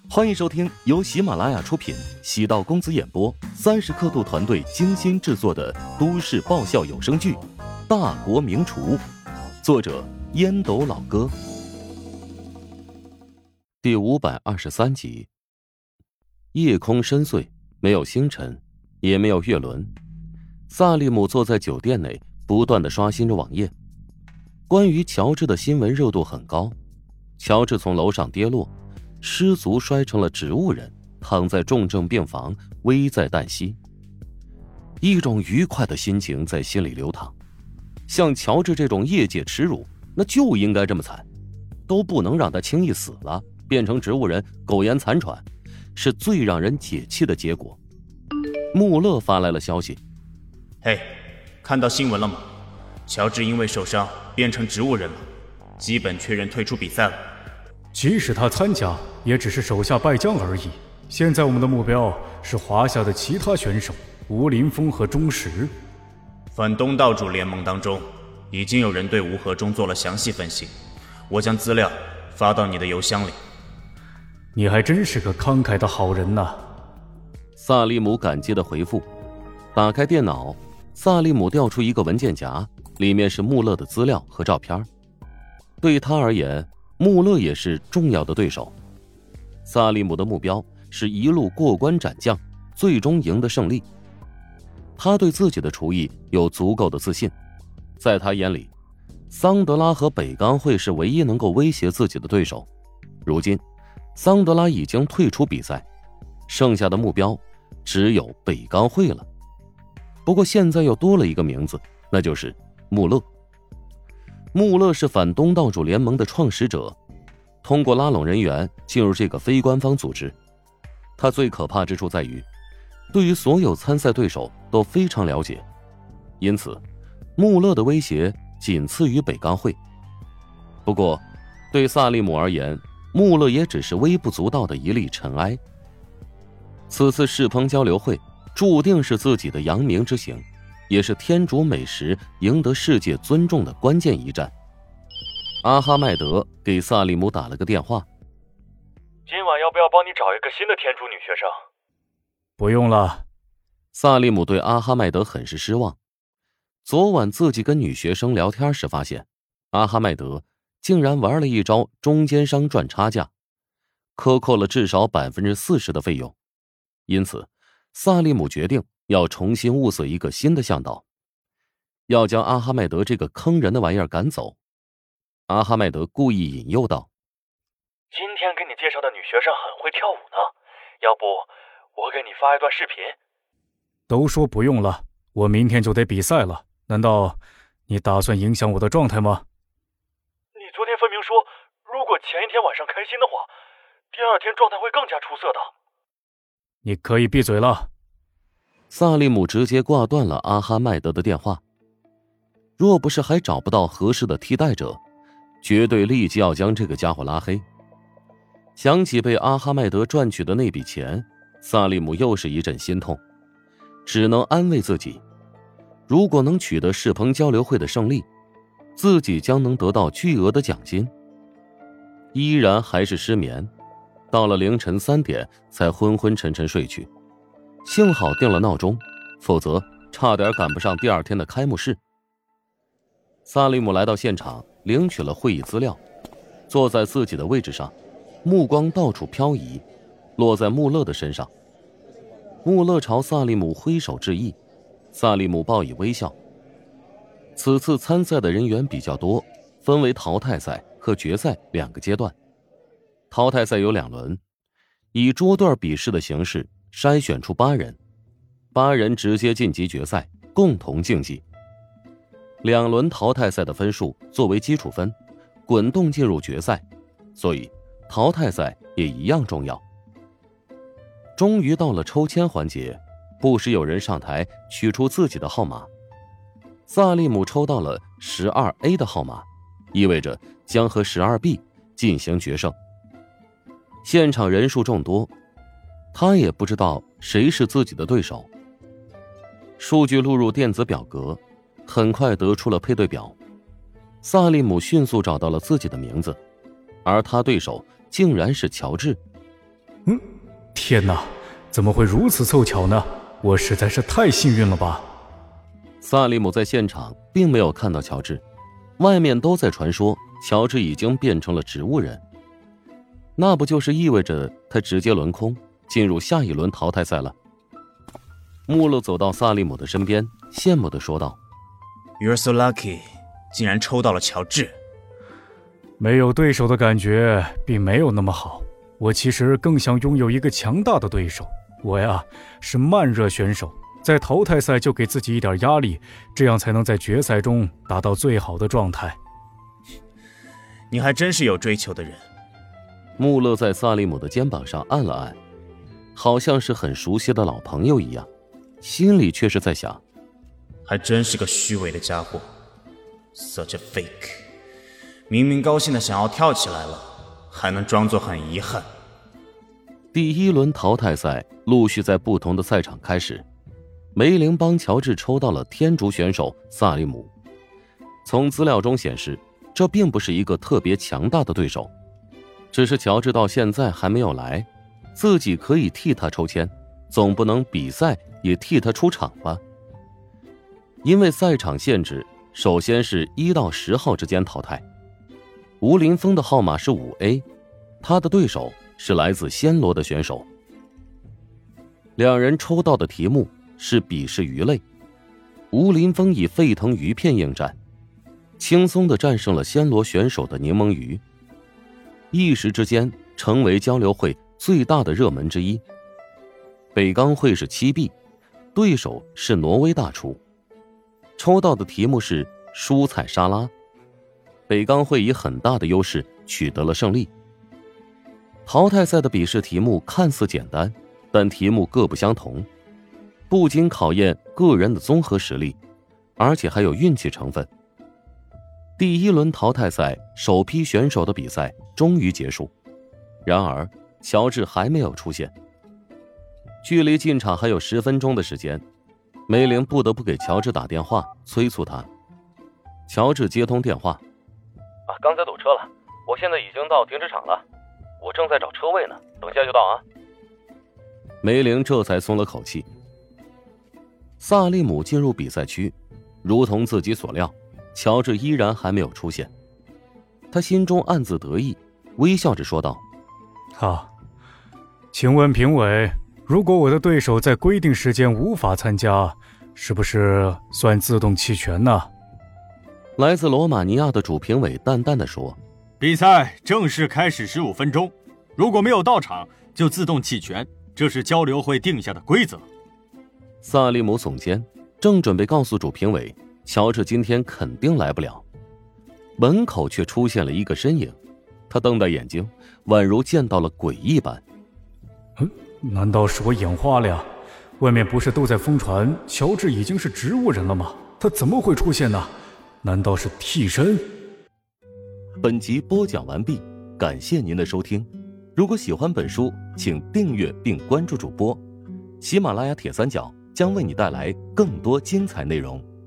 欢迎收听由喜马拉雅出品，喜道公子演播，30刻度团队精心制作的都市爆笑有声剧《大国名厨》，作者烟斗老哥。第523集。夜空深邃，没有星辰，也没有月轮。萨利姆坐在酒店内，不断地刷新着网页。关于乔治的新闻热度很高，乔治从楼上跌落，失足摔成了植物人，躺在重症病房，危在旦夕。一种愉快的心情在心里流淌。像乔治这种业界耻辱，那就应该这么惨，都不能让他轻易死了，变成植物人苟延残喘，是最让人解气的结果。穆勒发来了消息： 嘿，看到新闻了吗？乔治因为受伤变成植物人了，基本确认退出比赛了。 即使他参加，也只是手下败将而已。现在我们的目标是华夏的其他选手吴林峰和钟石。 反东道主联盟当中，已经有人对吴和钟做了详细分析，我将资料发到你的邮箱里。 你还真是个慷慨的好人呐。 萨利姆感激地回复。打开电脑，萨利姆调出一个文件夹，里面是穆勒的资料和照片。对他而言，穆勒也是重要的对手。萨利姆的目标是一路过关斩将，最终赢得胜利。他对自己的厨艺有足够的自信，在他眼里，桑德拉和北钢会是唯一能够威胁自己的对手。如今桑德拉已经退出比赛，剩下的目标只有北钢会了。不过现在又多了一个名字，那就是穆勒。穆勒是反东道主联盟的创始者，通过拉拢人员进入这个非官方组织。他最可怕之处在于，对于所有参赛对手都非常了解，因此穆勒的威胁仅次于北钢会。不过对萨利姆而言，穆勒也只是微不足道的一粒尘埃。此次世烹交流会注定是自己的扬名之行，也是天竺美食赢得世界尊重的关键一战。阿哈迈德给萨利姆打了个电话： 今晚要不要帮你找一个新的天竺女学生？ 不用了。 萨利姆对阿哈迈德很是失望。昨晚自己跟女学生聊天时发现，阿哈迈德竟然玩了一招中间商赚差价，克扣了至少 40% 的费用。因此萨利姆决定要重新物色一个新的向导，要将阿哈迈德这个坑人的玩意儿赶走。阿哈迈德故意引诱道： 今天给你介绍的女学生很会跳舞呢，要不我给你发一段视频？ 都说不用了，我明天就得比赛了，难道你打算影响我的状态吗？ 你昨天分明说，如果前一天晚上开心的话，第二天状态会更加出色的。 你可以闭嘴了。 萨利姆直接挂断了阿哈迈德的电话。若不是还找不到合适的替代者，绝对立即要将这个家伙拉黑。想起被阿哈迈德赚取的那笔钱，萨利姆又是一阵心痛，只能安慰自己，如果能取得世烹交流会的胜利，自己将能得到巨额的奖金。依然还是失眠，到了凌晨3点才昏昏沉沉睡去。幸好定了闹钟，否则差点赶不上第二天的开幕式。萨利姆来到现场，领取了会议资料，坐在自己的位置上，目光到处漂移，落在穆勒的身上。穆勒朝萨利姆挥手致意，萨利姆报以微笑。此次参赛的人员比较多，分为淘汰赛和决赛2个阶段。淘汰赛有2轮，以桌段比试的形式筛选出8人，8人直接晋级决赛，共同竞技。2轮淘汰赛的分数作为基础分，滚动进入决赛，所以淘汰赛也一样重要。终于到了抽签环节，不时有人上台取出自己的号码。萨利姆抽到了 12A 的号码，意味着将和 12B 进行决胜。现场人数众多，他也不知道谁是自己的对手。数据录入电子表格，很快得出了配对表。萨利姆迅速找到了自己的名字，而他对手竟然是乔治。 天哪，怎么会如此凑巧呢？我实在是太幸运了吧。 萨利姆在现场并没有看到乔治，外面都在传说乔治已经变成了植物人，那不就是意味着他直接轮空，进入下一轮淘汰赛了？穆勒走到萨利姆的身边，羡慕地说道： You're so lucky， 竟然抽到了乔治。 没有对手的感觉并没有那么好，我其实更想拥有一个强大的对手。我呀，是慢热选手，在淘汰赛就给自己一点压力，这样才能在决赛中达到最好的状态。 你还真是有追求的人。 穆勒在萨利姆的肩膀上按了按，好像是很熟悉的老朋友一样，心里却是在想， 还真是个虚伪的家伙 ，such a fake。明明高兴的想要跳起来了，还能装作很遗憾。 第一轮淘汰赛陆续在不同的赛场开始，梅林帮乔治抽到了天竺选手萨利姆。从资料中显示，这并不是一个特别强大的对手，只是乔治到现在还没有来，自己可以替他抽签，总不能比赛也替他出场吧？因为赛场限制，首先是1到10号之间淘汰。吴林峰的号码是5A， 他的对手是来自暹罗的选手。两人抽到的题目是比试鱼类，吴林峰以沸腾鱼片应战，轻松地战胜了暹罗选手的柠檬鱼，一时之间成为交流会最大的热门之一。北钢会是7B， 对手是挪威大厨，抽到的题目是蔬菜沙拉，北钢会以很大的优势取得了胜利。淘汰赛的比试题目看似简单，但题目各不相同，不仅考验个人的综合实力，而且还有运气成分。第一轮淘汰赛首批选手的比赛终于结束，然而乔治还没有出现。距离进场还有10分钟的时间，梅林不得不给乔治打电话催促他。乔治接通电话： 刚才堵车了，我现在已经到停车场了，我正在找车位呢，等下就到啊。 梅林这才松了口气。萨利姆进入比赛区，如同自己所料，乔治依然还没有出现。他心中暗自得意，微笑着说道： 请问评委，如果我的对手在规定时间无法参加，是不是算自动弃权呢？ 来自罗马尼亚的主评委淡淡的说： 比赛正式开始15分钟，如果没有到场就自动弃权，这是交流会定下的规则。 萨利姆耸肩，正准备告诉主评委乔治今天肯定来不了，门口却出现了一个身影，他瞪大眼睛，宛如见到了鬼一般。 难道是我眼花了呀？外面不是都在疯传乔治已经是植物人了吗？他怎么会出现呢？难道是替身？ 本集播讲完毕，感谢您的收听。如果喜欢本书，请订阅并关注主播。喜马拉雅铁三角将为你带来更多精彩内容。